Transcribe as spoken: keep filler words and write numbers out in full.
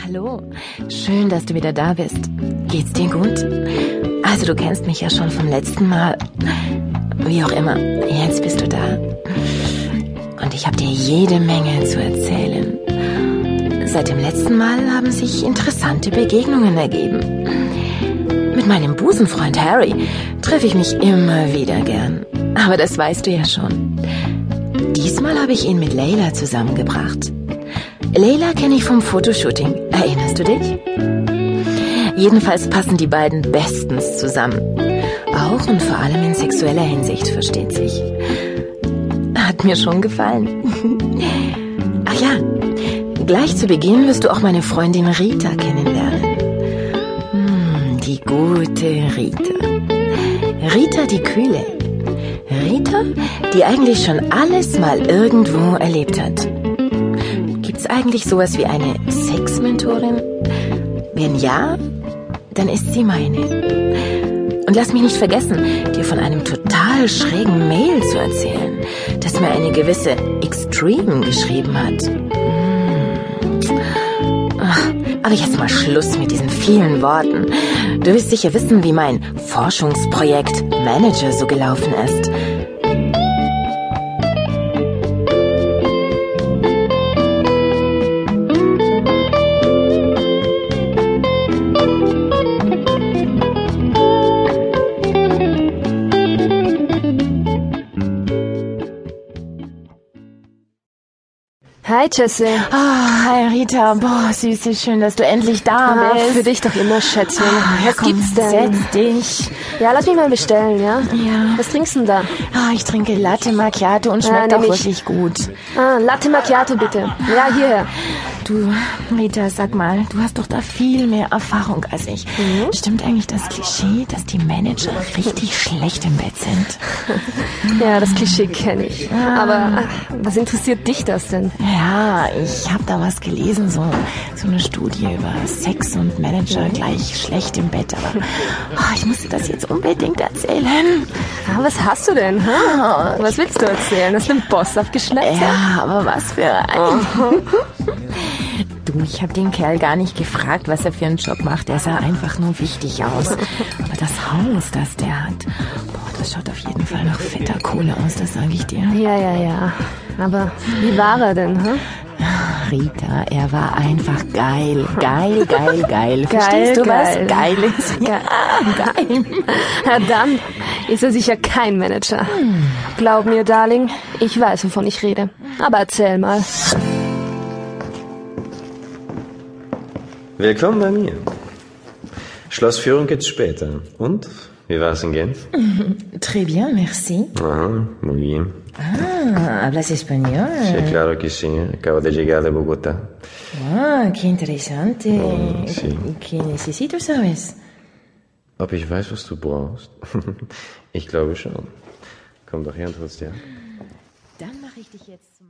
Hallo, schön, dass du wieder da bist. Geht's dir gut? Also du kennst mich ja schon vom letzten Mal. Wie auch immer, jetzt bist du da. Und ich habe dir jede Menge zu erzählen. Seit dem letzten Mal haben sich interessante Begegnungen ergeben. Mit meinem Busenfreund Harry treffe ich mich immer wieder gern. Aber das weißt du ja schon. Diesmal habe ich ihn mit Leila zusammengebracht. Leila kenne ich vom Fotoshooting. Erinnerst du dich? Jedenfalls passen die beiden bestens zusammen. Auch und vor allem in sexueller Hinsicht, versteht sich. Hat mir schon gefallen. Ach ja, gleich zu Beginn wirst du auch meine Freundin Rita kennenlernen. Hm, die gute Rita. Rita die Kühle. Rita, die eigentlich schon alles mal irgendwo erlebt hat. Gibt's eigentlich sowas wie eine Sexmentorin? Wenn ja, dann ist sie meine. Und lass mich nicht vergessen, dir von einem total schrägen Mail zu erzählen, das mir eine gewisse Extreme geschrieben hat. Hm. Ach, aber jetzt mal Schluss mit diesen vielen Worten. Du wirst sicher wissen, wie mein Forschungsprojekt Manager so gelaufen ist. Hi, Jessie. Ah, hi Rita. Boah, Süße, schön, dass du endlich da Ah, bist. für dich doch immer, Schätzchen. Ah, ja, Was komm, gibt's denn? Setz dich. Ja, lass mich mal bestellen, ja? Ja. Was trinkst du denn da? Ah, ich trinke Latte Macchiato und schmeckt Ah, auch nehm ich. wirklich gut. Ah, Latte Macchiato bitte. Ja, hierher. Du, Rita, sag mal, du hast doch da viel mehr Erfahrung als ich. Mhm. Stimmt eigentlich das Klischee, dass die Manager richtig schlecht im Bett sind? Ja, das Klischee kenne ich. Aber ach, was interessiert dich das denn? Ja, ich habe da was gelesen, so, so eine Studie über Sex und Manager gleich schlecht im Bett. Aber oh, ich musste das jetzt unbedingt erzählen. Ah, was hast du denn? Huh? Was willst du erzählen? Hast du den Boss abgeschleppt? Ja, aber was für ein... Du, ich habe den Kerl gar nicht gefragt, was er für einen Job macht. Er sah einfach nur wichtig aus. Aber das Haus, das der hat, boah, das schaut auf jeden Fall nach fetter Kohle aus, das sage ich dir. Ja, ja, ja. Aber wie war er denn? Huh? Rita, er war einfach geil. Geil, geil, geil. Geil, Verstehst du, was geil. geil ist? Ja, geil. Na dann ist er sicher kein Manager. Glaub mir, Darling, ich weiß, wovon ich rede. Aber erzähl mal. Willkommen bei mir. Schlossführung gibt's später. Und? Wie war's in Genf? Très bien, merci. Ah, muy bien. Ah, hablas español. Sí, claro que sí. Acabo de llegar de Bogotá. Ah, qué interesante. Mm, sí. ¿Qué necesito, sabes? Ob ich weiß, was du brauchst? Ich glaube schon. Komm doch her und hol's dir ab. Dann mache ich dich jetzt zum